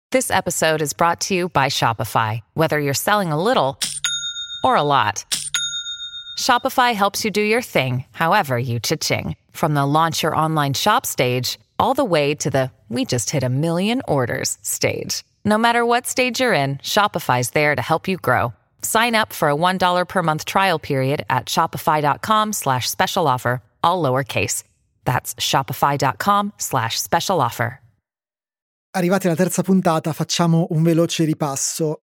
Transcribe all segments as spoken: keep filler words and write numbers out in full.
This episode is brought to you by Shopify. Whether you're selling a little or a lot, Shopify helps you do your thing, however you cha-ching. From the launch your online shop stage, all the way to the we just hit a million orders stage. No matter what stage you're in, Shopify's there to help you grow. Sign up for a one dollar per month trial period at shopify.com slash special offer, all lowercase. That's shopify.com slash special offer. Arrivati alla terza puntata, facciamo un veloce ripasso.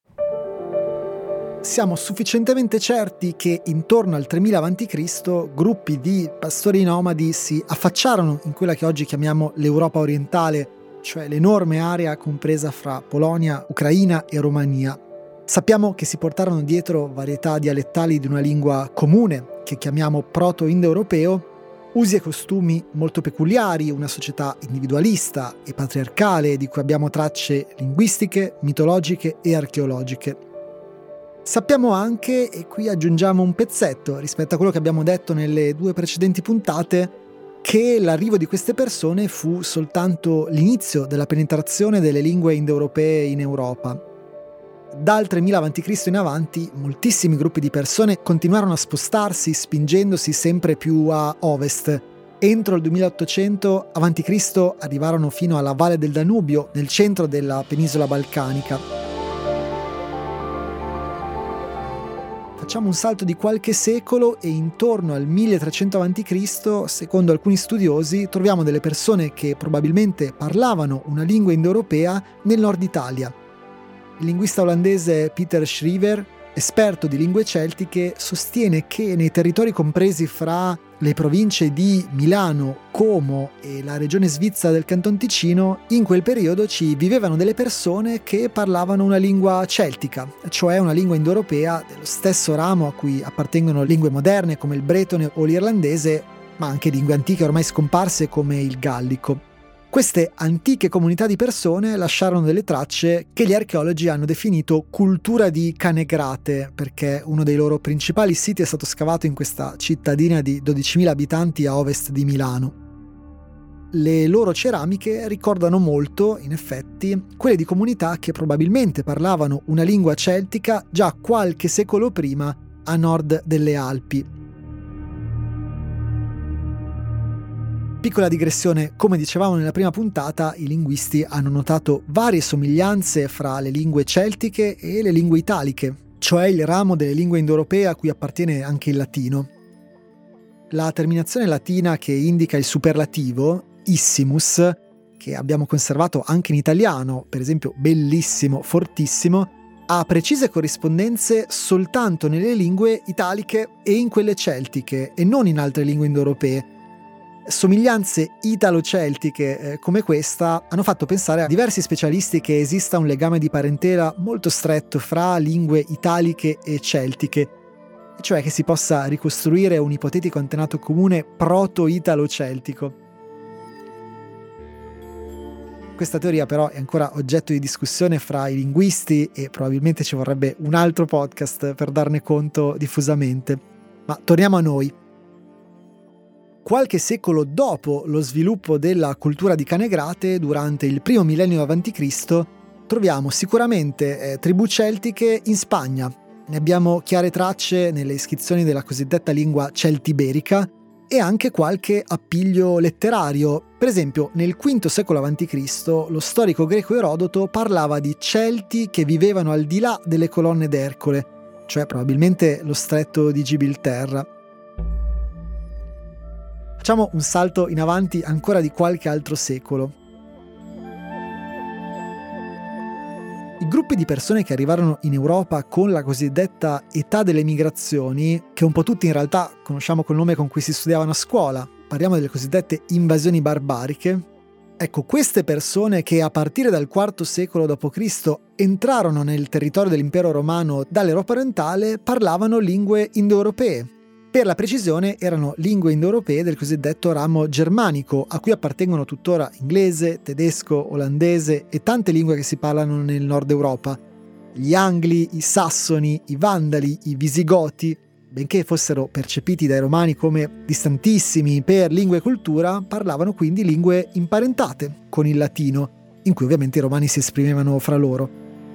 Siamo sufficientemente certi che intorno al tremila avanti Cristo gruppi di pastori nomadi si affacciarono in quella che oggi chiamiamo l'Europa orientale, cioè l'enorme area compresa fra Polonia, Ucraina e Romania. Sappiamo che si portarono dietro varietà dialettali di una lingua comune, che chiamiamo proto-indoeuropeo, usi e costumi molto peculiari, una società individualista e patriarcale di cui abbiamo tracce linguistiche, mitologiche e archeologiche. Sappiamo anche, e qui aggiungiamo un pezzetto rispetto a quello che abbiamo detto nelle due precedenti puntate, che l'arrivo di queste persone fu soltanto l'inizio della penetrazione delle lingue indoeuropee in Europa. Dal tremila avanti Cristo in avanti, moltissimi gruppi di persone continuarono a spostarsi, spingendosi sempre più a ovest. Entro il duemilaottocento avanti Cristo arrivarono fino alla Valle del Danubio, nel centro della penisola balcanica. Facciamo un salto di qualche secolo e intorno al milletrecento avanti Cristo, secondo alcuni studiosi, troviamo delle persone che probabilmente parlavano una lingua indoeuropea nel nord Italia. Il linguista olandese Peter Schrijver, esperto di lingue celtiche, sostiene che nei territori compresi fra le province di Milano, Como e la regione svizzera del Canton Ticino, in quel periodo ci vivevano delle persone che parlavano una lingua celtica, cioè una lingua indoeuropea dello stesso ramo a cui appartengono lingue moderne come il bretone o l'irlandese, ma anche lingue antiche ormai scomparse come il gallico. Queste antiche comunità di persone lasciarono delle tracce che gli archeologi hanno definito cultura di Canegrate, perché uno dei loro principali siti è stato scavato in questa cittadina di dodicimila abitanti a ovest di Milano. Le loro ceramiche ricordano molto, in effetti, quelle di comunità che probabilmente parlavano una lingua celtica già qualche secolo prima a nord delle Alpi. Piccola digressione, come dicevamo nella prima puntata, i linguisti hanno notato varie somiglianze fra le lingue celtiche e le lingue italiche, cioè il ramo delle lingue indoeuropee a cui appartiene anche il latino. La terminazione latina che indica il superlativo, issimus, che abbiamo conservato anche in italiano, per esempio bellissimo, fortissimo, ha precise corrispondenze soltanto nelle lingue italiche e in quelle celtiche, e non in altre lingue indoeuropee. Somiglianze italo-celtiche eh, come questa hanno fatto pensare a diversi specialisti che esista un legame di parentela molto stretto fra lingue italiche e celtiche, cioè che si possa ricostruire un ipotetico antenato comune proto-italo-celtico. Questa teoria però è ancora oggetto di discussione fra i linguisti e probabilmente ci vorrebbe un altro podcast per darne conto diffusamente. Ma torniamo a noi. Qualche secolo dopo lo sviluppo della cultura di Canegrate, durante il primo millennio avanti Cristo, troviamo sicuramente eh, tribù celtiche in Spagna. Ne abbiamo chiare tracce nelle iscrizioni della cosiddetta lingua celtiberica e anche qualche appiglio letterario. Per esempio, nel quinto secolo avanti Cristo, lo storico greco Erodoto parlava di Celti che vivevano al di là delle colonne d'Ercole, cioè probabilmente lo stretto di Gibilterra. Facciamo un salto in avanti ancora di qualche altro secolo. I gruppi di persone che arrivarono in Europa con la cosiddetta età delle migrazioni, che un po' tutti in realtà conosciamo col nome con cui si studiavano a scuola, parliamo delle cosiddette invasioni barbariche, ecco, queste persone che a partire dal quarto secolo dopo Cristo entrarono nel territorio dell'impero romano dall'Europa orientale parlavano lingue indoeuropee. Per la precisione erano lingue indoeuropee del cosiddetto ramo germanico, a cui appartengono tuttora inglese, tedesco, olandese e tante lingue che si parlano nel nord Europa. Gli Angli, i Sassoni, i Vandali, i Visigoti, benché fossero percepiti dai Romani come distantissimi per lingua e cultura, parlavano quindi lingue imparentate con il latino. in cui ovviamente i romani si esprimevano fra loro.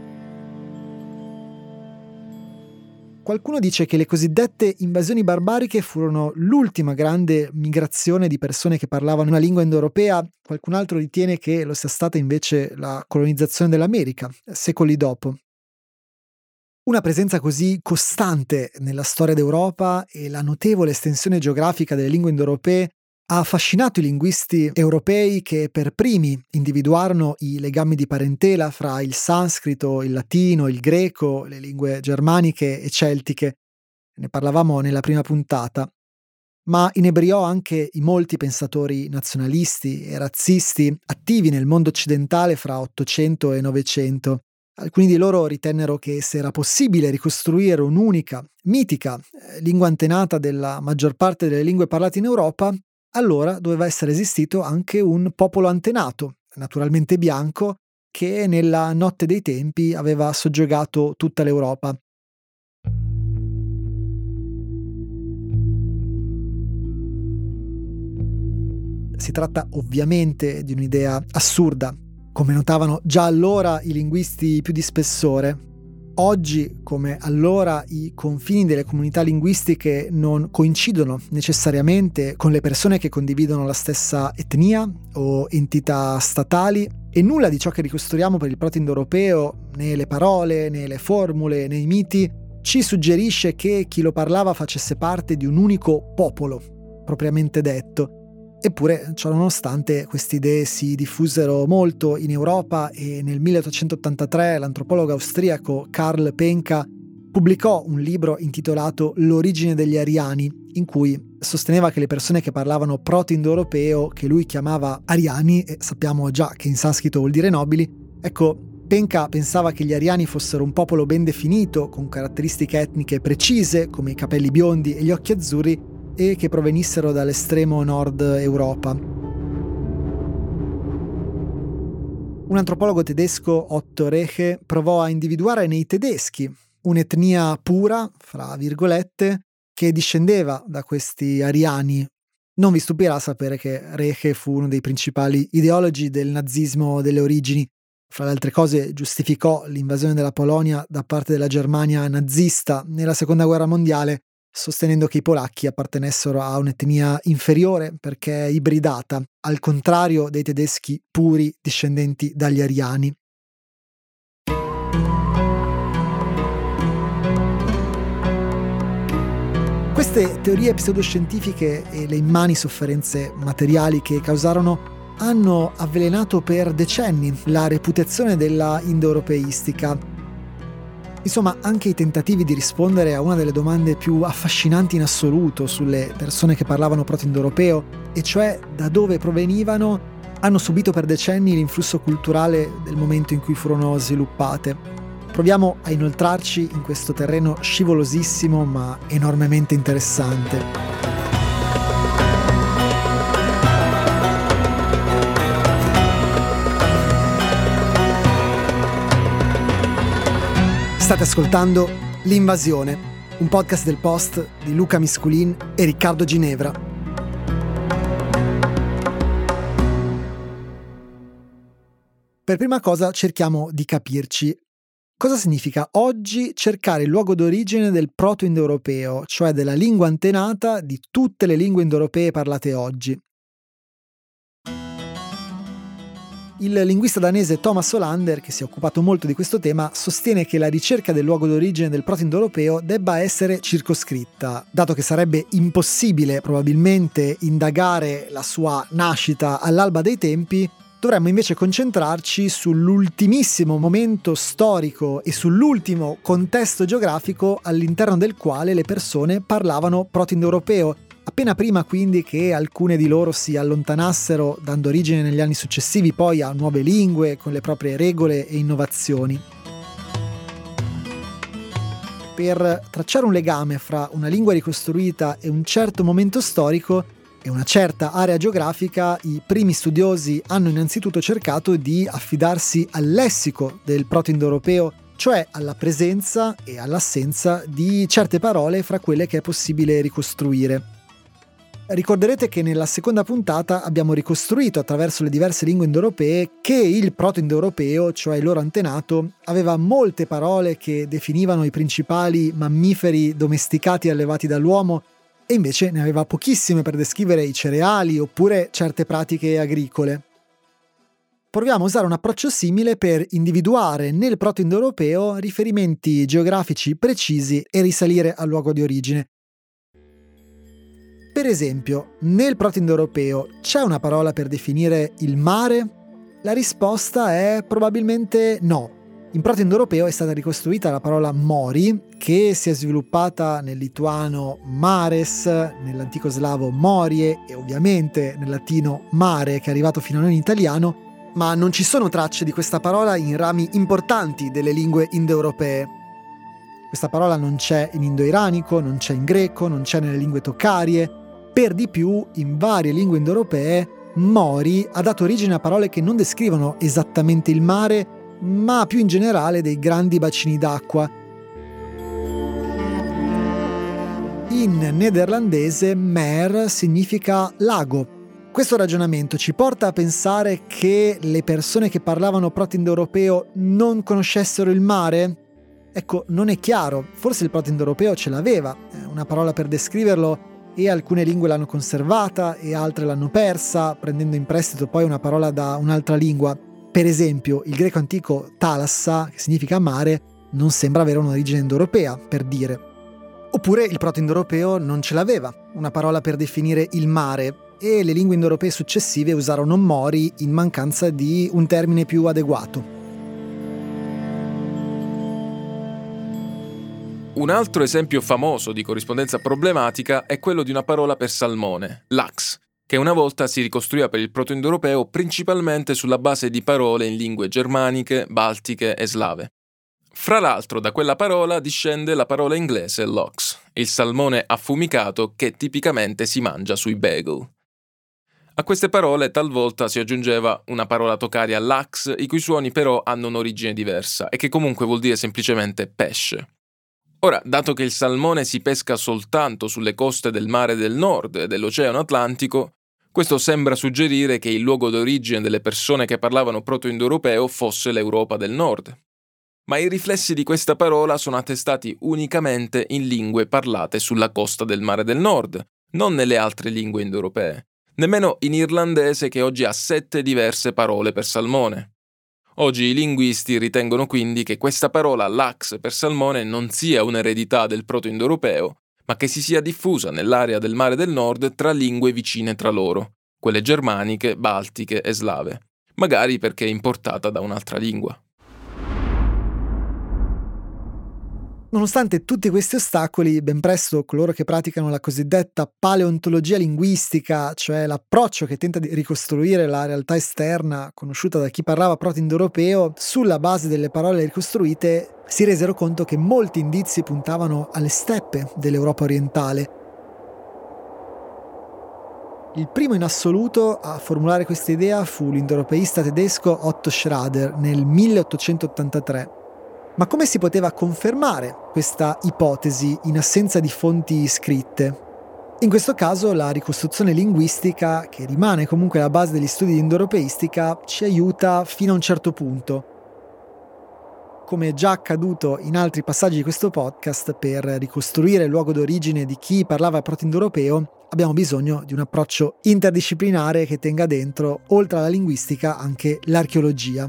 Qualcuno dice che le cosiddette invasioni barbariche furono l'ultima grande migrazione di persone che parlavano una lingua indoeuropea, qualcun altro ritiene che lo sia stata invece la colonizzazione dell'America, secoli dopo. Una presenza così costante nella storia d'Europa e la notevole estensione geografica delle lingue indoeuropee ha affascinato i linguisti europei che per primi individuarono i legami di parentela fra il sanscrito, il latino, il greco, le lingue germaniche e celtiche. Ne parlavamo nella prima puntata. Ma inebriò anche i molti pensatori nazionalisti e razzisti attivi nel mondo occidentale fra Ottocento e Novecento. Alcuni di loro ritennero che se era possibile ricostruire un'unica, mitica eh, lingua antenata della maggior parte delle lingue parlate in Europa, allora doveva essere esistito anche un popolo antenato, naturalmente bianco, che nella notte dei tempi aveva soggiogato tutta l'Europa. Si tratta ovviamente di un'idea assurda, come notavano già allora i linguisti più di spessore. Oggi, come allora, i confini delle comunità linguistiche non coincidono necessariamente con le persone che condividono la stessa etnia o entità statali e nulla di ciò che ricostruiamo per il proto-indoeuropeo, né le parole, né le formule, né i miti, ci suggerisce che chi lo parlava facesse parte di un unico popolo, propriamente detto. Eppure, ciononostante, queste idee si diffusero molto in Europa e nel milleottocentottantatré l'antropologo austriaco Karl Penka pubblicò un libro intitolato L'origine degli ariani, in cui sosteneva che le persone che parlavano proto-indoeuropeo, che lui chiamava ariani, e sappiamo già che in sanscrito vuol dire nobili, ecco, Penka pensava che gli ariani fossero un popolo ben definito, con caratteristiche etniche precise, come i capelli biondi e gli occhi azzurri, e che provenissero dall'estremo nord Europa. Un antropologo tedesco, Otto Reche, provò a individuare nei tedeschi un'etnia pura, fra virgolette, che discendeva da questi ariani. Non vi stupirà sapere che Reche fu uno dei principali ideologi del nazismo delle origini. Fra le altre cose giustificò l'invasione della Polonia da parte della Germania nazista nella Seconda Guerra Mondiale, sostenendo che i polacchi appartenessero a un'etnia inferiore perché ibridata, al contrario dei tedeschi puri discendenti dagli ariani. Queste teorie pseudoscientifiche e le immani sofferenze materiali che causarono hanno avvelenato per decenni la reputazione della indoeuropeistica. Insomma, anche i tentativi di rispondere a una delle domande più affascinanti in assoluto sulle persone che parlavano proto-indoeuropeo, e cioè da dove provenivano, hanno subito per decenni l'influsso culturale del momento in cui furono sviluppate. Proviamo a inoltrarci in questo terreno scivolosissimo ma enormemente interessante. State ascoltando L'Invasione, un podcast del Post di Luca Misculin e Riccardo Ginevra. Per prima cosa cerchiamo di capirci. Cosa significa oggi cercare il luogo d'origine del proto-indoeuropeo, cioè della lingua antenata di tutte le lingue indoeuropee parlate oggi? Il linguista danese Thomas Hollander, che si è occupato molto di questo tema, sostiene che la ricerca del luogo d'origine del proto-indoeuropeo debba essere circoscritta, dato che sarebbe impossibile probabilmente indagare la sua nascita all'alba dei tempi. Dovremmo invece concentrarci sull'ultimissimo momento storico e sull'ultimo contesto geografico all'interno del quale le persone parlavano proto-indoeuropeo, appena prima quindi che alcune di loro si allontanassero, dando origine negli anni successivi poi a nuove lingue con le proprie regole e innovazioni. Per tracciare un legame fra una lingua ricostruita e un certo momento storico e una certa area geografica, i primi studiosi hanno innanzitutto cercato di affidarsi al lessico del proto-indoeuropeo, cioè alla presenza e all'assenza di certe parole fra quelle che è possibile ricostruire. Ricorderete che nella seconda puntata abbiamo ricostruito attraverso le diverse lingue indoeuropee che il proto-indoeuropeo, cioè il loro antenato, aveva molte parole che definivano i principali mammiferi domesticati e allevati dall'uomo e invece ne aveva pochissime per descrivere i cereali oppure certe pratiche agricole. Proviamo a usare un approccio simile per individuare nel proto-indoeuropeo riferimenti geografici precisi e risalire al luogo di origine. Per esempio, nel proto-indoeuropeo c'è una parola per definire il mare? La risposta è probabilmente no. In proto-indoeuropeo è stata ricostruita la parola mori, che si è sviluppata nel lituano mares, nell'antico slavo morie e ovviamente nel latino mare, che è arrivato fino a noi in italiano, ma non ci sono tracce di questa parola in rami importanti delle lingue indoeuropee. Questa parola non c'è in indo-iranico, non c'è in greco, non c'è nelle lingue tocarie. Per di più, in varie lingue indoeuropee, mori ha dato origine a parole che non descrivono esattamente il mare, ma più in generale dei grandi bacini d'acqua. In nederlandese mer significa lago. Questo ragionamento ci porta a pensare che le persone che parlavano proto-indoeuropeo non conoscessero il mare? Ecco, non è chiaro, forse il proto-indoeuropeo ce l'aveva, una parola per descriverlo, e alcune lingue l'hanno conservata e altre l'hanno persa, prendendo in prestito poi una parola da un'altra lingua. Per esempio, il greco antico thalassa, che significa mare, non sembra avere un'origine indoeuropea, per dire. Oppure il proto-indoeuropeo non ce l'aveva, una parola per definire il mare, e le lingue indoeuropee successive usarono mori in mancanza di un termine più adeguato. Un altro esempio famoso di corrispondenza problematica è quello di una parola per salmone, lax, che una volta si ricostruiva per il proto-indoeuropeo principalmente sulla base di parole in lingue germaniche, baltiche e slave. Fra l'altro, da quella parola discende la parola inglese lox, il salmone affumicato che tipicamente si mangia sui bagel. A queste parole talvolta si aggiungeva una parola tocaria lax, i cui suoni però hanno un'origine diversa e che comunque vuol dire semplicemente pesce. Ora, dato che il salmone si pesca soltanto sulle coste del Mare del Nord e dell'Oceano Atlantico, questo sembra suggerire che il luogo d'origine delle persone che parlavano proto-indoeuropeo fosse l'Europa del Nord. Ma i riflessi di questa parola sono attestati unicamente in lingue parlate sulla costa del Mare del Nord, non nelle altre lingue indoeuropee, nemmeno in irlandese che oggi ha sette diverse parole per salmone. Oggi i linguisti ritengono quindi che questa parola lax per salmone non sia un'eredità del proto-indoeuropeo, ma che si sia diffusa nell'area del Mare del Nord tra lingue vicine tra loro, quelle germaniche, baltiche e slave, magari perché importata da un'altra lingua. Nonostante tutti questi ostacoli, ben presto coloro che praticano la cosiddetta paleontologia linguistica, cioè l'approccio che tenta di ricostruire la realtà esterna conosciuta da chi parlava proto-indoeuropeo, sulla base delle parole ricostruite, si resero conto che molti indizi puntavano alle steppe dell'Europa orientale. Il primo in assoluto a formulare questa idea fu l'indoeuropeista tedesco Otto Schrader nel milleottocentottantatré. Ma come si poteva confermare questa ipotesi in assenza di fonti scritte? In questo caso la ricostruzione linguistica, che rimane comunque la base degli studi di indoeuropeistica, ci aiuta fino a un certo punto. Come già accaduto in altri passaggi di questo podcast, per ricostruire il luogo d'origine di chi parlava proto-indoeuropeo, abbiamo bisogno di un approccio interdisciplinare che tenga dentro, oltre alla linguistica, anche l'archeologia.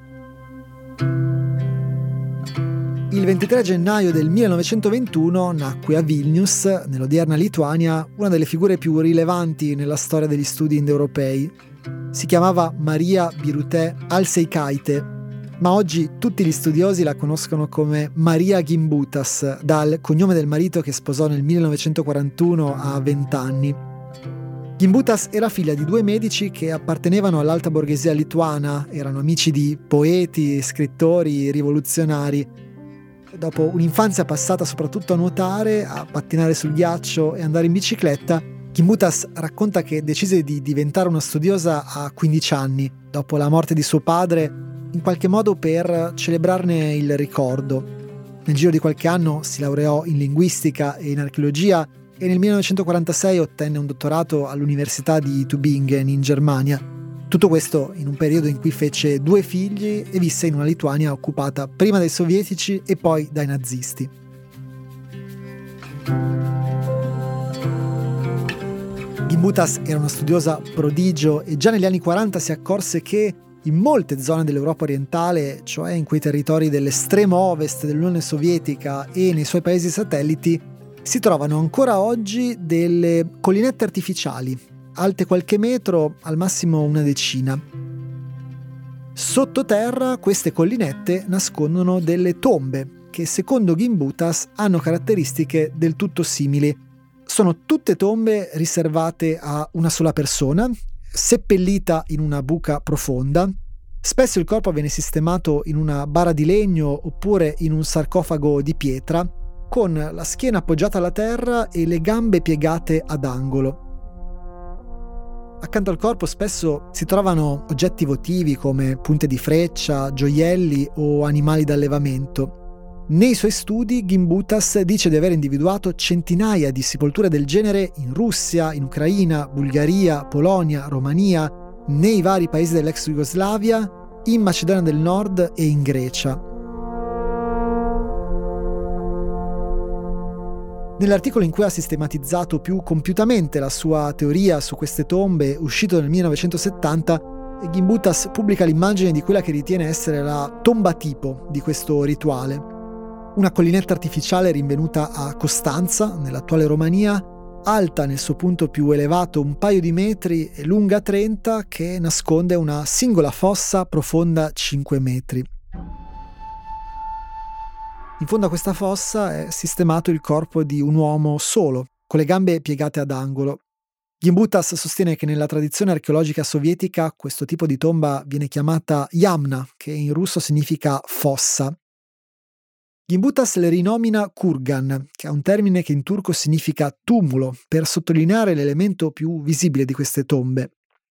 Il ventitré gennaio del millenovecentoventuno nacque a Vilnius, nell'odierna Lituania, una delle figure più rilevanti nella storia degli studi indoeuropei. Si chiamava Marija Birutė Alseikaitė, ma oggi tutti gli studiosi la conoscono come Marija Gimbutas, dal cognome del marito che sposò nel millenovecentoquarantuno a venti anni. Gimbutas era figlia di due medici che appartenevano all'alta borghesia lituana, erano amici di poeti, scrittori, rivoluzionari. Dopo un'infanzia passata soprattutto a nuotare, a pattinare sul ghiaccio e andare in bicicletta, Gimbutas racconta che decise di diventare una studiosa a quindici anni, dopo la morte di suo padre, in qualche modo per celebrarne il ricordo. Nel giro di qualche anno si laureò in linguistica e in archeologia e nel millenovecentoquarantasei ottenne un dottorato all'Università di Tübingen in Germania. Tutto questo in un periodo in cui fece due figli e visse in una Lituania occupata prima dai sovietici e poi dai nazisti. Gimbutas era una studiosa prodigio e già negli anni quaranta si accorse che in molte zone dell'Europa orientale, cioè in quei territori dell'estremo ovest dell'Unione Sovietica e nei suoi paesi satelliti, si trovano ancora oggi delle collinette artificiali, alte qualche metro, al massimo una decina. Sottoterra queste collinette nascondono delle tombe che secondo Gimbutas hanno caratteristiche del tutto simili. Sono tutte tombe riservate a una sola persona, seppellita in una buca profonda. Spesso il corpo viene sistemato in una bara di legno oppure in un sarcofago di pietra, con la schiena appoggiata alla terra e le gambe piegate ad angolo. Accanto al corpo spesso si trovano oggetti votivi come punte di freccia, gioielli o animali d'allevamento. Nei suoi studi Gimbutas dice di aver individuato centinaia di sepolture del genere in Russia, in Ucraina, Bulgaria, Polonia, Romania, nei vari paesi dell'ex Jugoslavia, in Macedonia del Nord e in Grecia. Nell'articolo in cui ha sistematizzato più compiutamente la sua teoria su queste tombe, uscito nel millenovecentosettanta, Gimbutas pubblica l'immagine di quella che ritiene essere la tomba tipo di questo rituale. Una collinetta artificiale rinvenuta a Costanza, nell'attuale Romania, alta nel suo punto più elevato un paio di metri e lunga trenta, che nasconde una singola fossa profonda cinque metri. In fondo a questa fossa è sistemato il corpo di un uomo solo, con le gambe piegate ad angolo. Gimbutas sostiene che nella tradizione archeologica sovietica questo tipo di tomba viene chiamata yamna, che in russo significa fossa. Gimbutas le rinomina kurgan, che è un termine che in turco significa tumulo, per sottolineare l'elemento più visibile di queste tombe.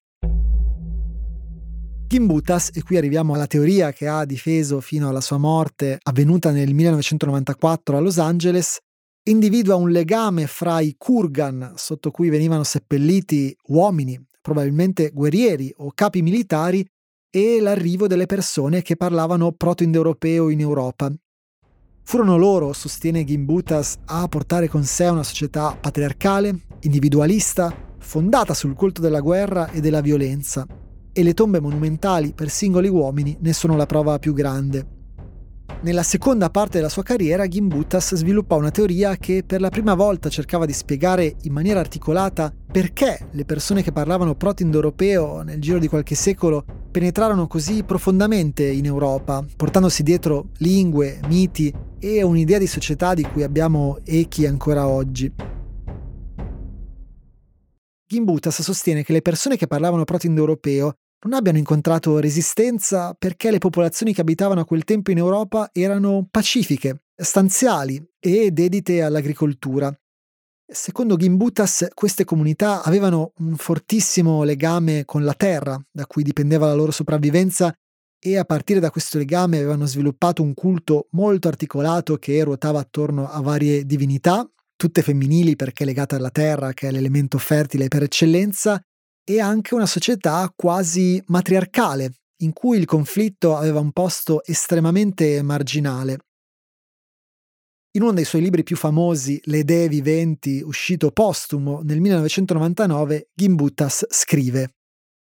Gimbutas, e qui arriviamo alla teoria che ha difeso fino alla sua morte, avvenuta nel millenovecentonovantaquattro a Los Angeles, individua un legame fra i kurgan, sotto cui venivano seppelliti uomini, probabilmente guerrieri o capi militari, e l'arrivo delle persone che parlavano proto-indoeuropeo in Europa. Furono loro, sostiene Gimbutas, a portare con sé una società patriarcale, individualista, fondata sul culto della guerra e della violenza, e le tombe monumentali per singoli uomini ne sono la prova più grande. Nella seconda parte della sua carriera Gimbutas sviluppò una teoria che per la prima volta cercava di spiegare in maniera articolata perché le persone che parlavano proto-indoeuropeo nel giro di qualche secolo penetrarono così profondamente in Europa, portandosi dietro lingue, miti e un'idea di società di cui abbiamo echi ancora oggi. Gimbutas sostiene che le persone che parlavano proto-indoeuropeo non abbiano incontrato resistenza perché le popolazioni che abitavano a quel tempo in Europa erano pacifiche, stanziali e dedite all'agricoltura. Secondo Gimbutas, queste comunità avevano un fortissimo legame con la terra, da cui dipendeva la loro sopravvivenza, e a partire da questo legame avevano sviluppato un culto molto articolato che ruotava attorno a varie divinità, tutte femminili perché legate alla terra, che è l'elemento fertile per eccellenza, e anche una società quasi matriarcale, in cui il conflitto aveva un posto estremamente marginale. In uno dei suoi libri più famosi, Le Dee viventi, uscito postumo nel millenovecentonovantanove, Gimbutas scrive: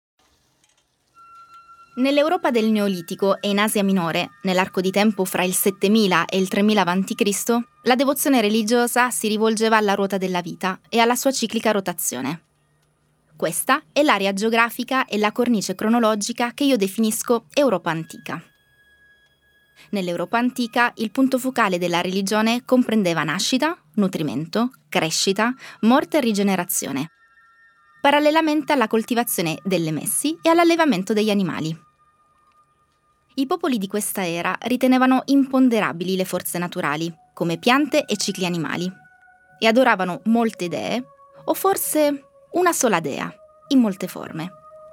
Nell'Europa del Neolitico e in Asia Minore, nell'arco di tempo fra il settemila e il tremila avanti Cristo, la devozione religiosa si rivolgeva alla ruota della vita e alla sua ciclica rotazione. Questa è l'area geografica e la cornice cronologica che io definisco Europa antica. Nell'Europa antica il punto focale della religione comprendeva nascita, nutrimento, crescita, morte e rigenerazione, parallelamente alla coltivazione delle messi e all'allevamento degli animali. I popoli di questa era ritenevano imponderabili le forze naturali, come piante e cicli animali, e adoravano molte dee, o forse una sola dea, in molte forme.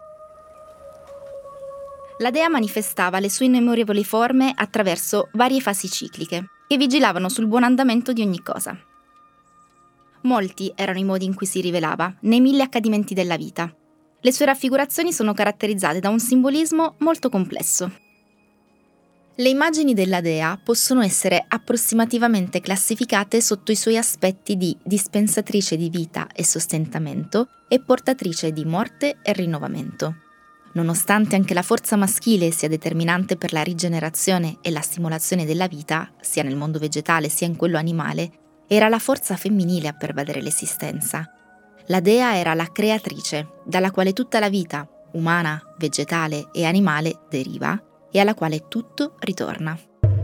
La dea manifestava le sue innumerevoli forme attraverso varie fasi cicliche, che vigilavano sul buon andamento di ogni cosa. Molti erano i modi in cui si rivelava, nei mille accadimenti della vita. Le sue raffigurazioni sono caratterizzate da un simbolismo molto complesso. Le immagini della dea possono essere approssimativamente classificate sotto i suoi aspetti di dispensatrice di vita e sostentamento e portatrice di morte e rinnovamento. Nonostante anche la forza maschile sia determinante per la rigenerazione e la stimolazione della vita, sia nel mondo vegetale sia in quello animale, era la forza femminile a pervadere l'esistenza. La dea era la creatrice, dalla quale tutta la vita, umana, vegetale e animale, deriva e alla quale tutto ritorna.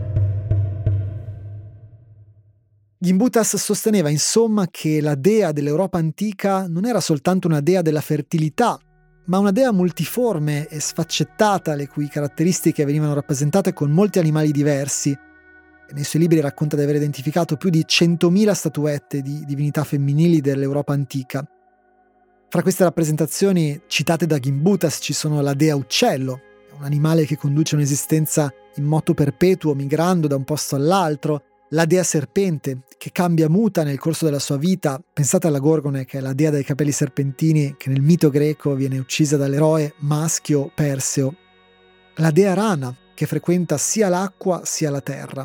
Gimbutas sosteneva insomma che la dea dell'Europa antica non era soltanto una dea della fertilità, ma una dea multiforme e sfaccettata, le cui caratteristiche venivano rappresentate con molti animali diversi. Nei suoi libri racconta di aver identificato più di centomila statuette di divinità femminili dell'Europa antica. Fra queste rappresentazioni citate da Gimbutas ci sono la dea uccello, un animale che conduce un'esistenza in moto perpetuo migrando da un posto all'altro, la dea serpente, che cambia muta nel corso della sua vita. Pensate alla Gorgone, che è la dea dai capelli serpentini, che nel mito greco viene uccisa dall'eroe maschio Perseo. La dea rana, che frequenta sia l'acqua sia la terra.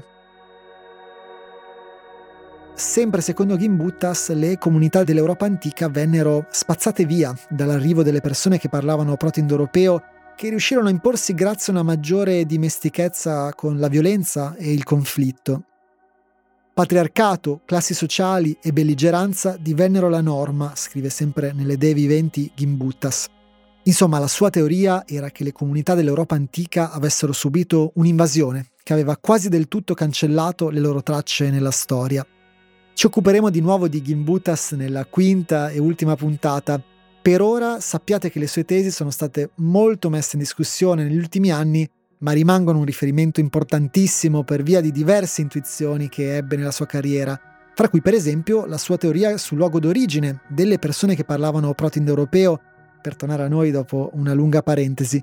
Sempre secondo Gimbutas, le comunità dell'Europa antica vennero spazzate via dall'arrivo delle persone che parlavano proto-indoeuropeo, che riuscirono a imporsi grazie a una maggiore dimestichezza con la violenza e il conflitto. Patriarcato, classi sociali e belligeranza divennero la norma, scrive sempre nelle Dee viventi Gimbutas. Insomma, la sua teoria era che le comunità dell'Europa antica avessero subito un'invasione che aveva quasi del tutto cancellato le loro tracce nella storia. Ci occuperemo di nuovo di Gimbutas nella quinta e ultima puntata. Per ora sappiate che le sue tesi sono state molto messe in discussione negli ultimi anni, ma rimangono un riferimento importantissimo per via di diverse intuizioni che ebbe nella sua carriera, fra cui per esempio la sua teoria sul luogo d'origine delle persone che parlavano proto-indoeuropeo, per tornare a noi dopo una lunga parentesi.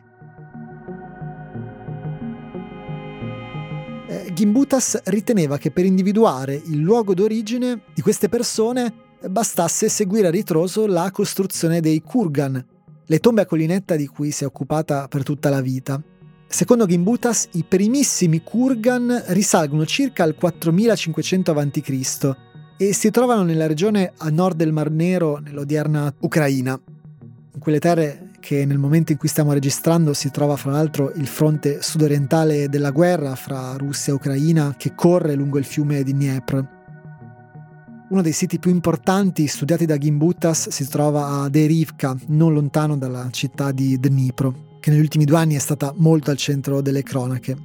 Eh, Gimbutas riteneva che per individuare il luogo d'origine di queste persone bastasse seguire a ritroso la costruzione dei kurgan, le tombe a collinetta di cui si è occupata per tutta la vita. Secondo Gimbutas, i primissimi kurgan risalgono circa al quattromilacinquecento avanti Cristo e si trovano nella regione a nord del Mar Nero, nell'odierna Ucraina. In quelle terre che nel momento in cui stiamo registrando si trova fra l'altro il fronte sudorientale della guerra fra Russia e Ucraina, che corre lungo il fiume di Dniepr. Uno dei siti più importanti studiati da Gimbutas si trova a Derivka, non lontano dalla città di Dnipro, che negli ultimi due anni è stata molto al centro delle cronache.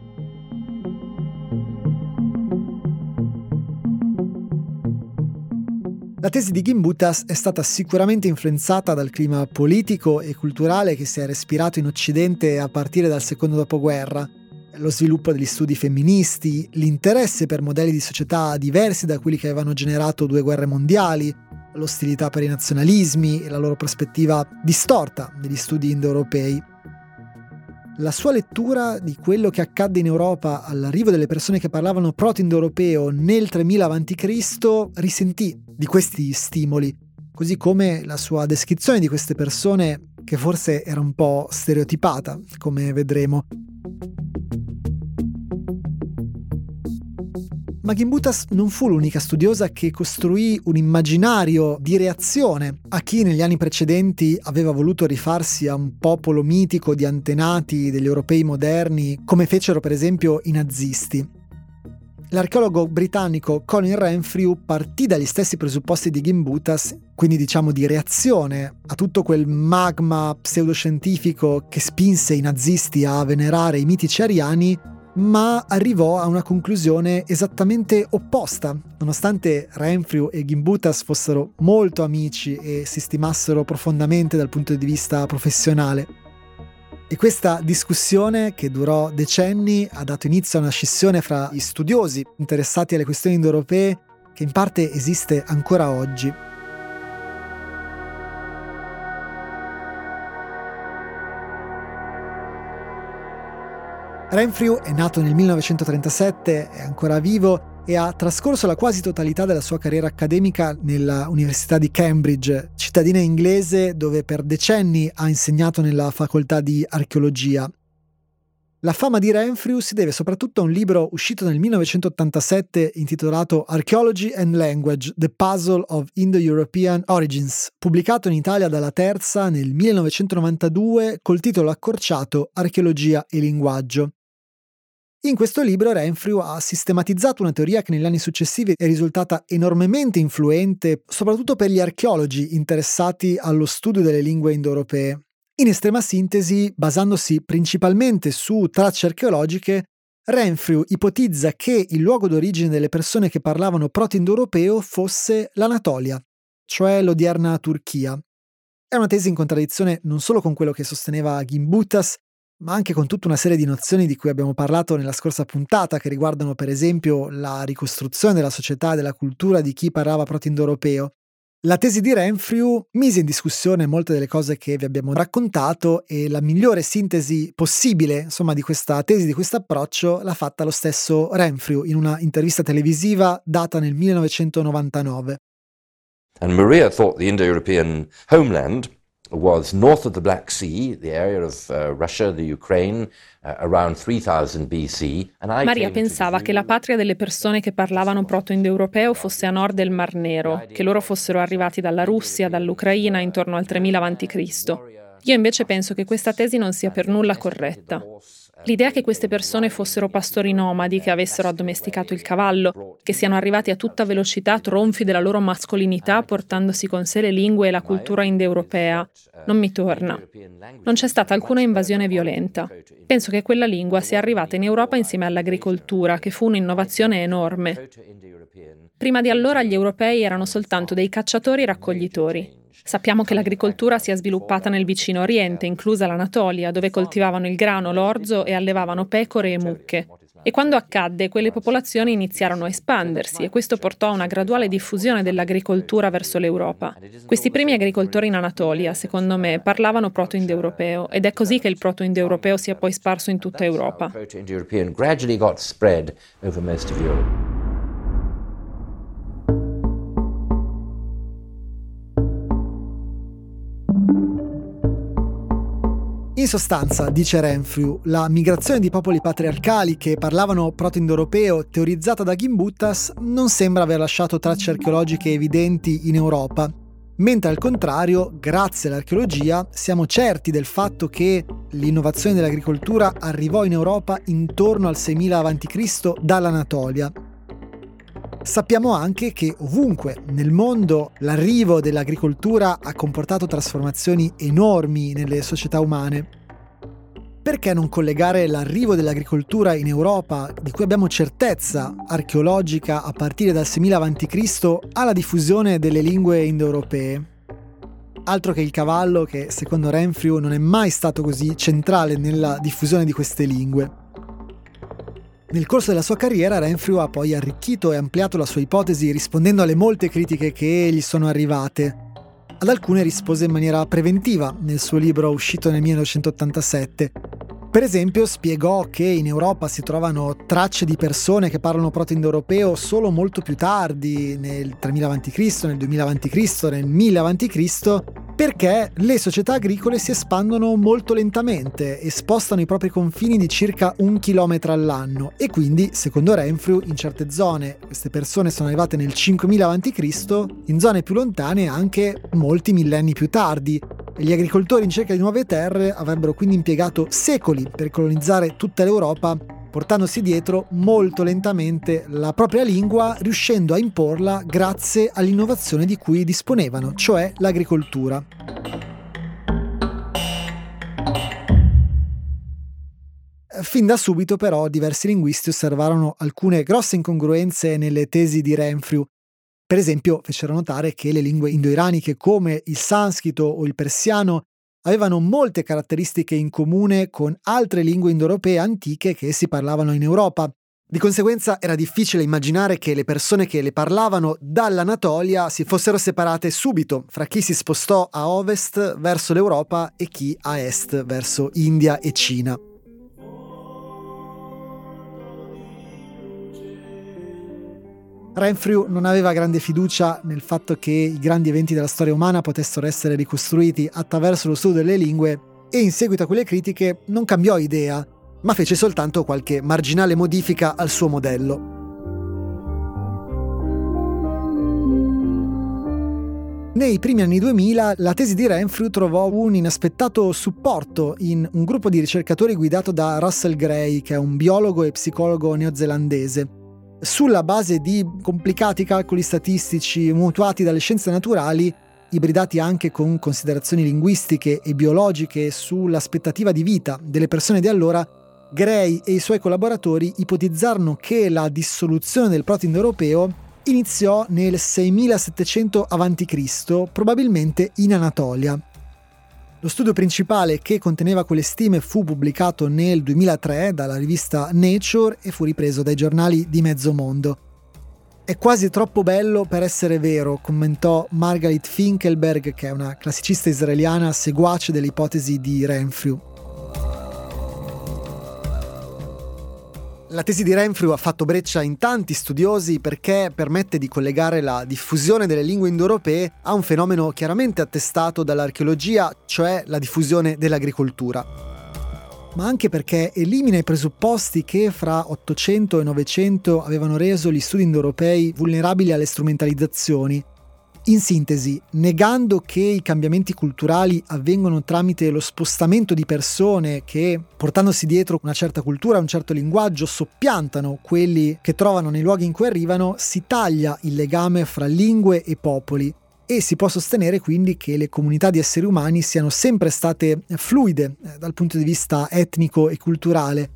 La tesi di Gimbutas è stata sicuramente influenzata dal clima politico e culturale che si è respirato in Occidente a partire dal secondo dopoguerra. Lo sviluppo degli studi femministi, l'interesse per modelli di società diversi da quelli che avevano generato due guerre mondiali, l'ostilità per i nazionalismi e la loro prospettiva distorta degli studi indoeuropei. La sua lettura di quello che accadde in Europa all'arrivo delle persone che parlavano proto-indoeuropeo nel tremila avanti Cristo risentì di questi stimoli, così come la sua descrizione di queste persone, che forse era un po' stereotipata, come vedremo. Ma Gimbutas non fu l'unica studiosa che costruì un immaginario di reazione a chi negli anni precedenti aveva voluto rifarsi a un popolo mitico di antenati degli europei moderni, come fecero per esempio i nazisti. L'archeologo britannico Colin Renfrew partì dagli stessi presupposti di Gimbutas, quindi diciamo di reazione a tutto quel magma pseudoscientifico che spinse i nazisti a venerare i mitici ariani, ma arrivò a una conclusione esattamente opposta, nonostante Renfrew e Gimbutas fossero molto amici e si stimassero profondamente dal punto di vista professionale. E questa discussione, che durò decenni, ha dato inizio a una scissione fra gli studiosi interessati alle questioni indoeuropee, che in parte esiste ancora oggi. Renfrew è nato nel millenovecentotrentasette, è ancora vivo e ha trascorso la quasi totalità della sua carriera accademica nella Università di Cambridge, cittadina inglese dove per decenni ha insegnato nella facoltà di archeologia. La fama di Renfrew si deve soprattutto a un libro uscito nel millenovecentottantasette intitolato Archaeology and Language: The Puzzle of Indo-European Origins, pubblicato in Italia dalla Terza nel millenovecentonovantadue col titolo accorciato Archeologia e linguaggio. In questo libro Renfrew ha sistematizzato una teoria che negli anni successivi è risultata enormemente influente, soprattutto per gli archeologi interessati allo studio delle lingue indoeuropee. In estrema sintesi, basandosi principalmente su tracce archeologiche, Renfrew ipotizza che il luogo d'origine delle persone che parlavano proto-indoeuropeo fosse l'Anatolia, cioè l'odierna Turchia. È una tesi in contraddizione non solo con quello che sosteneva Gimbutas, ma anche con tutta una serie di nozioni di cui abbiamo parlato nella scorsa puntata, che riguardano per esempio la ricostruzione della società e della cultura di chi parlava proto-indoeuropeo. La tesi di Renfrew mise in discussione molte delle cose che vi abbiamo raccontato e la migliore sintesi possibile, insomma, di questa tesi, di questo approccio, l'ha fatta lo stesso Renfrew in una intervista televisiva data nel millenovecentonovantanove. And Maria thought the Indo-European homeland was north of the Black Sea, the area of uh, Russia, the Ukraine, uh, around three thousand B C. And I Maria pensava che la patria delle persone che parlavano proto-indoeuropeo fosse a nord del Mar Nero, che loro fossero arrivati dalla Russia, dall'Ucraina intorno al tremila avanti Cristo. Io invece penso che questa tesi non sia per nulla corretta. L'idea che queste persone fossero pastori nomadi che avessero addomesticato il cavallo, che siano arrivati a tutta velocità tronfi della loro mascolinità portandosi con sé le lingue e la cultura indoeuropea, non mi torna. Non c'è stata alcuna invasione violenta. Penso che quella lingua sia arrivata in Europa insieme all'agricoltura, che fu un'innovazione enorme. Prima di allora gli europei erano soltanto dei cacciatori e raccoglitori. Sappiamo che l'agricoltura si è sviluppata nel vicino Oriente, inclusa l'Anatolia, dove coltivavano il grano, l'orzo e allevavano pecore e mucche. E quando accadde, quelle popolazioni iniziarono a espandersi e questo portò a una graduale diffusione dell'agricoltura verso l'Europa. Questi primi agricoltori in Anatolia, secondo me, parlavano proto-indoeuropeo ed è così che il proto-indoeuropeo si è poi sparso in tutta Europa. In sostanza, dice Renfrew, la migrazione di popoli patriarcali che parlavano proto-indoeuropeo teorizzata da Gimbutas non sembra aver lasciato tracce archeologiche evidenti in Europa, mentre al contrario, grazie all'archeologia, siamo certi del fatto che l'innovazione dell'agricoltura arrivò in Europa intorno al seimila avanti Cristo dall'Anatolia. Sappiamo anche che ovunque nel mondo l'arrivo dell'agricoltura ha comportato trasformazioni enormi nelle società umane. Perché non collegare l'arrivo dell'agricoltura in Europa, di cui abbiamo certezza archeologica a partire dal seimila avanti Cristo, alla diffusione delle lingue indoeuropee? Altro che il cavallo, che secondo Renfrew non è mai stato così centrale nella diffusione di queste lingue. Nel corso della sua carriera Renfrew ha poi arricchito e ampliato la sua ipotesi rispondendo alle molte critiche che gli sono arrivate. Ad alcune rispose in maniera preventiva nel suo libro uscito nel millenovecentottantasette. Per esempio spiegò che in Europa si trovano tracce di persone che parlano proto-indoeuropeo solo molto più tardi, nel tremila avanti Cristo, nel duemila avanti Cristo, nel mille avanti Cristo, perché le società agricole si espandono molto lentamente e spostano i propri confini di circa un chilometro all'anno e quindi, secondo Renfrew, in certe zone queste persone sono arrivate nel cinquemila avanti Cristo, in zone più lontane anche molti millenni più tardi. Gli agricoltori in cerca di nuove terre avrebbero quindi impiegato secoli per colonizzare tutta l'Europa, portandosi dietro molto lentamente la propria lingua, riuscendo a imporla grazie all'innovazione di cui disponevano, cioè l'agricoltura. Fin da subito però diversi linguisti osservarono alcune grosse incongruenze nelle tesi di Renfrew. Per esempio fecero notare che le lingue indo-iraniche come il sanscrito o il persiano avevano molte caratteristiche in comune con altre lingue indoeuropee antiche che si parlavano in Europa. Di conseguenza era difficile immaginare che le persone che le parlavano dall'Anatolia si fossero separate subito fra chi si spostò a ovest verso l'Europa e chi a est verso India e Cina. Renfrew non aveva grande fiducia nel fatto che i grandi eventi della storia umana potessero essere ricostruiti attraverso lo studio delle lingue e in seguito a quelle critiche non cambiò idea, ma fece soltanto qualche marginale modifica al suo modello. Nei primi anni duemila la tesi di Renfrew trovò un inaspettato supporto in un gruppo di ricercatori guidato da Russell Gray, che è un biologo e psicologo neozelandese. Sulla base di complicati calcoli statistici mutuati dalle scienze naturali, ibridati anche con considerazioni linguistiche e biologiche sull'aspettativa di vita delle persone di allora, Gray e i suoi collaboratori ipotizzarono che la dissoluzione del proto-indoeuropeo iniziò nel seimilasettecento avanti Cristo, probabilmente in Anatolia. Lo studio principale che conteneva quelle stime fu pubblicato nel duemilatré dalla rivista Nature e fu ripreso dai giornali di mezzo mondo. È quasi troppo bello per essere vero, commentò Margalit Finkelberg, che è una classicista israeliana seguace delle ipotesi di Renfrew. La tesi di Renfrew ha fatto breccia in tanti studiosi perché permette di collegare la diffusione delle lingue indoeuropee a un fenomeno chiaramente attestato dall'archeologia, cioè la diffusione dell'agricoltura. Ma anche perché elimina i presupposti che fra Ottocento e Novecento avevano reso gli studi indoeuropei vulnerabili alle strumentalizzazioni. In sintesi, negando che i cambiamenti culturali avvengono tramite lo spostamento di persone che, portandosi dietro una certa cultura, un certo linguaggio, soppiantano quelli che trovano nei luoghi in cui arrivano, si taglia il legame fra lingue e popoli e si può sostenere quindi che le comunità di esseri umani siano sempre state fluide eh, dal punto di vista etnico e culturale.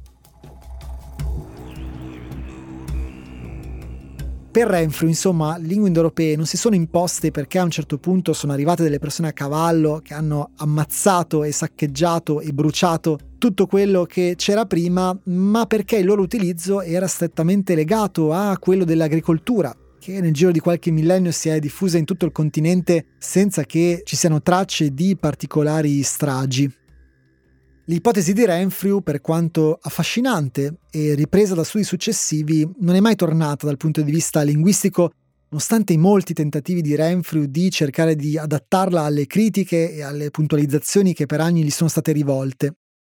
Per Renfrew, insomma, le lingue indoeuropee non si sono imposte perché a un certo punto sono arrivate delle persone a cavallo che hanno ammazzato e saccheggiato e bruciato tutto quello che c'era prima, ma perché il loro utilizzo era strettamente legato a quello dell'agricoltura, che nel giro di qualche millennio si è diffusa in tutto il continente senza che ci siano tracce di particolari stragi. L'ipotesi di Renfrew, per quanto affascinante e ripresa da studi successivi, non è mai tornata dal punto di vista linguistico, nonostante i molti tentativi di Renfrew di cercare di adattarla alle critiche e alle puntualizzazioni che per anni gli sono state rivolte.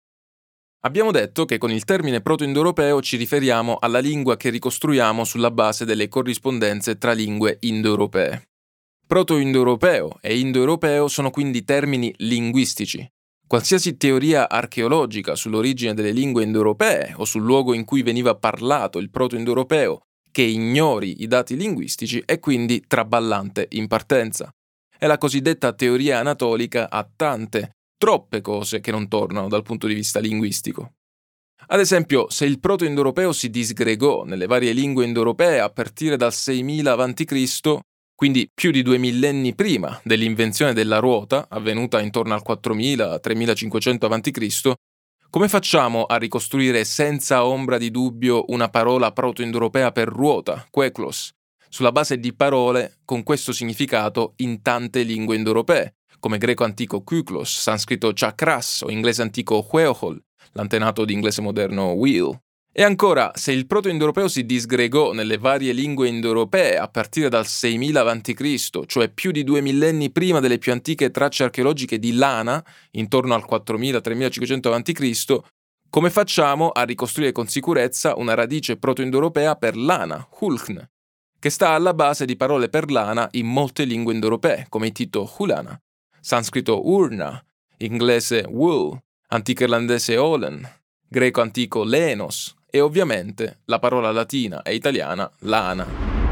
Abbiamo detto che con il termine proto-indoeuropeo ci riferiamo alla lingua che ricostruiamo sulla base delle corrispondenze tra lingue indoeuropee. Proto-indoeuropeo e indoeuropeo sono quindi termini linguistici. Qualsiasi teoria archeologica sull'origine delle lingue indoeuropee o sul luogo in cui veniva parlato il proto-indoeuropeo che ignori i dati linguistici è quindi traballante in partenza. E la cosiddetta teoria anatolica ha tante, troppe cose che non tornano dal punto di vista linguistico. Ad esempio, se il proto-indoeuropeo si disgregò nelle varie lingue indoeuropee a partire dal seimila avanti Cristo, quindi più di due millenni prima dell'invenzione della ruota, avvenuta intorno al quattromila tremilacinquecento avanti Cristo, come facciamo a ricostruire senza ombra di dubbio una parola proto-indoeuropea per ruota, queklos, sulla base di parole con questo significato in tante lingue indoeuropee, come greco antico kyklos, sanscrito chakras o inglese antico hueohol, l'antenato di inglese moderno wheel? E ancora, se il proto-indoeuropeo si disgregò nelle varie lingue indoeuropee a partire dal seimila avanti Cristo, cioè più di due millenni prima delle più antiche tracce archeologiche di lana, intorno al quattromila tremilacinquecento avanti Cristo, come facciamo a ricostruire con sicurezza una radice proto-indoeuropea per lana, hulkn, che sta alla base di parole per lana in molte lingue indoeuropee, come il tito hulana, sanscrito urna, inglese wool, antico irlandese olen, greco antico lenos, e ovviamente la parola latina e italiana lana.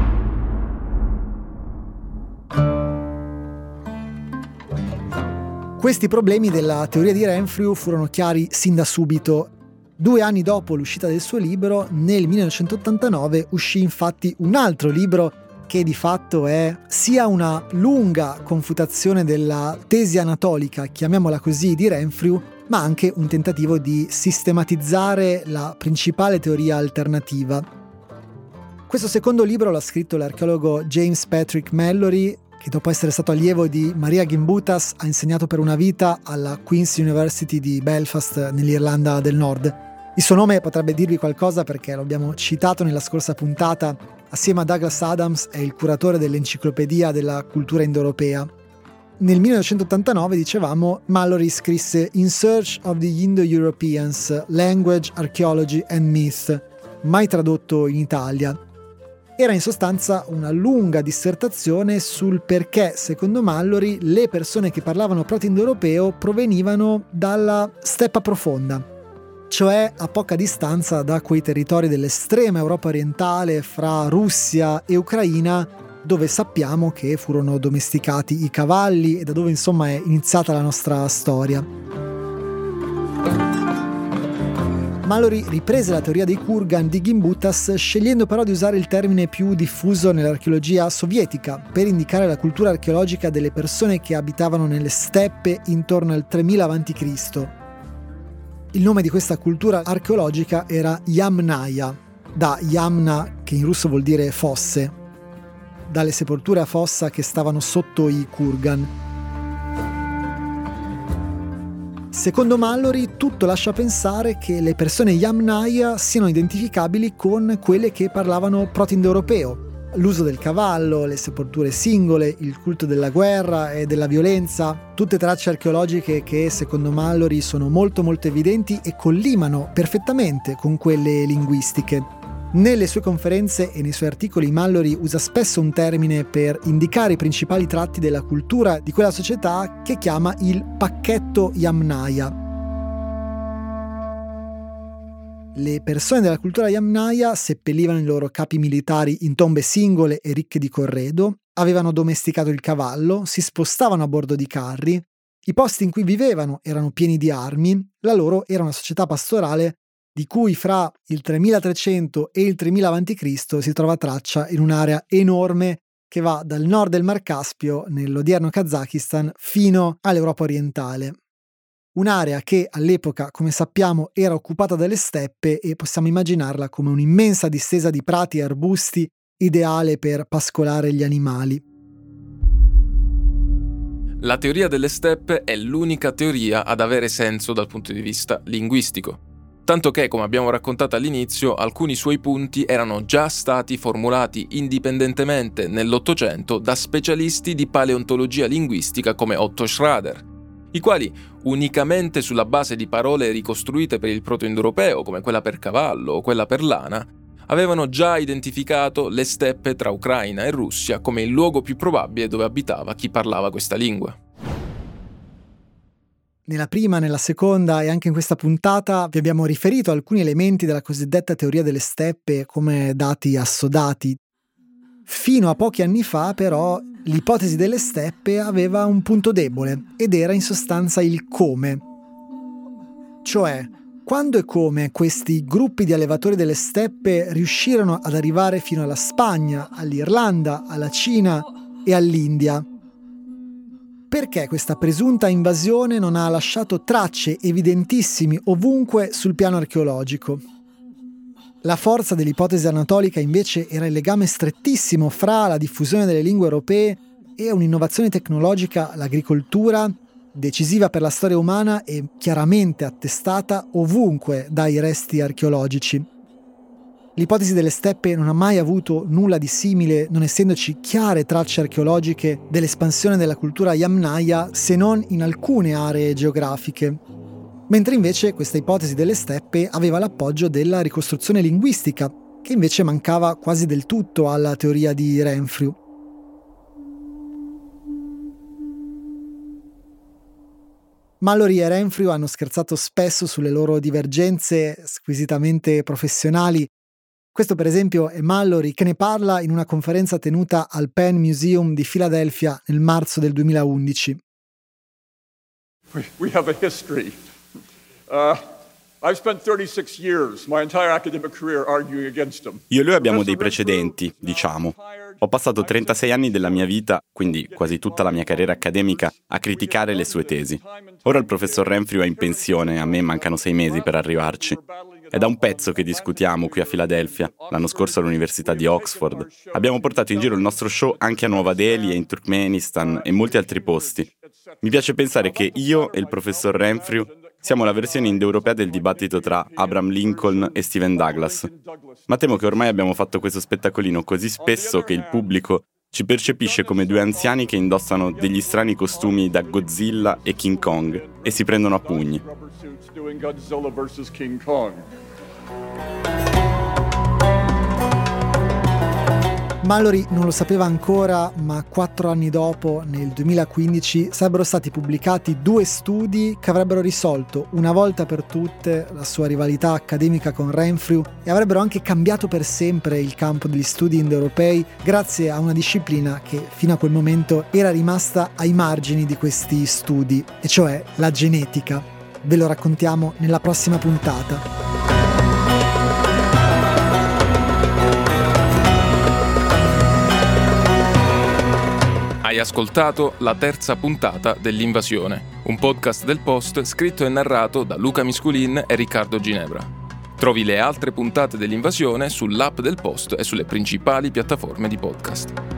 Questi problemi della teoria di Renfrew furono chiari sin da subito. Due anni dopo l'uscita del suo libro, nel millenovecentottantanove, uscì infatti un altro libro che di fatto è sia una lunga confutazione della tesi anatolica, chiamiamola così, di Renfrew, ma anche un tentativo di sistematizzare la principale teoria alternativa. Questo secondo libro l'ha scritto l'archeologo James Patrick Mallory, che dopo essere stato allievo di Maria Gimbutas ha insegnato per una vita alla Queen's University di Belfast nell'Irlanda del Nord. Il suo nome potrebbe dirvi qualcosa perché lo abbiamo citato nella scorsa puntata. Assieme a Douglas Adams è il curatore dell'Enciclopedia della cultura indoeuropea. Nel millenovecentottantanove, dicevamo, Mallory scrisse In Search of the Indo-Europeans, Language, Archaeology and Myth, mai tradotto in Italia. Era in sostanza una lunga dissertazione sul perché, secondo Mallory, le persone che parlavano proto-indoeuropeo provenivano dalla steppa profonda, cioè a poca distanza da quei territori dell'estrema Europa orientale fra Russia e Ucraina, dove sappiamo che furono domesticati i cavalli e da dove insomma è iniziata la nostra storia. Mallory riprese la teoria dei kurgan di Gimbutas, scegliendo però di usare il termine più diffuso nell'archeologia sovietica per indicare la cultura archeologica delle persone che abitavano nelle steppe intorno al tremila avanti Cristo. Il nome di questa cultura archeologica era Yamnaya, da Yamna, che in russo vuol dire fosse, dalle sepolture a fossa che stavano sotto i kurgan. Secondo Mallory, tutto lascia pensare che le persone Yamnaya siano identificabili con quelle che parlavano proto-indoeuropeo. L'uso del cavallo, le sepolture singole, il culto della guerra e della violenza, tutte tracce archeologiche che secondo Mallory sono molto molto evidenti e collimano perfettamente con quelle linguistiche. Nelle sue conferenze e nei suoi articoli Mallory usa spesso un termine per indicare i principali tratti della cultura di quella società che chiama il pacchetto Yamnaya. Le persone della cultura Yamnaya seppellivano i loro capi militari in tombe singole e ricche di corredo, avevano domesticato il cavallo, si spostavano a bordo di carri, i posti in cui vivevano erano pieni di armi, la loro era una società pastorale di cui fra il tremilatrecento e il tremila avanti Cristo si trova traccia in un'area enorme che va dal nord del Mar Caspio, nell'odierno Kazakistan, fino all'Europa orientale. Un'area che all'epoca, come sappiamo, era occupata dalle steppe e possiamo immaginarla come un'immensa distesa di prati e arbusti ideale per pascolare gli animali. La teoria delle steppe è l'unica teoria ad avere senso dal punto di vista linguistico. Tanto che, come abbiamo raccontato all'inizio, alcuni suoi punti erano già stati formulati indipendentemente nell'Ottocento da specialisti di paleontologia linguistica come Otto Schrader, i quali, unicamente sulla base di parole ricostruite per il proto-indoeuropeo, come quella per cavallo o quella per lana, avevano già identificato le steppe tra Ucraina e Russia come il luogo più probabile dove abitava chi parlava questa lingua. Nella prima, nella seconda e anche in questa puntata vi abbiamo riferito alcuni elementi della cosiddetta teoria delle steppe come dati assodati. Fino a pochi anni fa, però, l'ipotesi delle steppe aveva un punto debole ed era in sostanza il come. Cioè, quando e come questi gruppi di allevatori delle steppe riuscirono ad arrivare fino alla Spagna, all'Irlanda, alla Cina e all'India? Perché questa presunta invasione non ha lasciato tracce evidentissime ovunque sul piano archeologico? La forza dell'ipotesi anatolica invece era il legame strettissimo fra la diffusione delle lingue europee e un'innovazione tecnologica, l'agricoltura, decisiva per la storia umana e chiaramente attestata ovunque dai resti archeologici. L'ipotesi delle steppe non ha mai avuto nulla di simile, non essendoci chiare tracce archeologiche dell'espansione della cultura Yamnaya se non in alcune aree geografiche. Mentre invece questa ipotesi delle steppe aveva l'appoggio della ricostruzione linguistica, che invece mancava quasi del tutto alla teoria di Renfrew. Mallory e Renfrew hanno scherzato spesso sulle loro divergenze squisitamente professionali. Questo per esempio è Mallory che ne parla in una conferenza tenuta al Penn Museum di Filadelfia nel marzo del duemilaundici. We have a history. Uh, I've spent thirty-six years, my entire academic career, arguing against them. Io e lui abbiamo dei precedenti, diciamo. Ho passato trentasei anni della mia vita, quindi quasi tutta la mia carriera accademica, a criticare le sue tesi. Ora il professor Renfrew è in pensione, a me mancano sei mesi per arrivarci. È da un pezzo che discutiamo qui a Filadelfia, l'anno scorso all'Università di Oxford. Abbiamo portato in giro il nostro show anche a Nuova Delhi e in Turkmenistan e molti altri posti. Mi piace pensare che io e il professor Renfrew Siamo la versione indoeuropea del dibattito tra Abraham Lincoln e Stephen Douglas. Ma temo che ormai abbiamo fatto questo spettacolino così spesso che il pubblico ci percepisce come due anziani che indossano degli strani costumi da Godzilla e King Kong e si prendono a pugni. Mallory non lo sapeva ancora, ma quattro anni dopo, nel duemilaquindici, sarebbero stati pubblicati due studi che avrebbero risolto una volta per tutte la sua rivalità accademica con Renfrew e avrebbero anche cambiato per sempre il campo degli studi indoeuropei grazie a una disciplina che fino a quel momento era rimasta ai margini di questi studi, e cioè la genetica. Ve lo raccontiamo nella prossima puntata. Hai ascoltato la terza puntata dell'Invasione, un podcast del Post scritto e narrato da Luca Misculin e Riccardo Ginevra. Trovi le altre puntate dell'Invasione sull'app del Post e sulle principali piattaforme di podcast.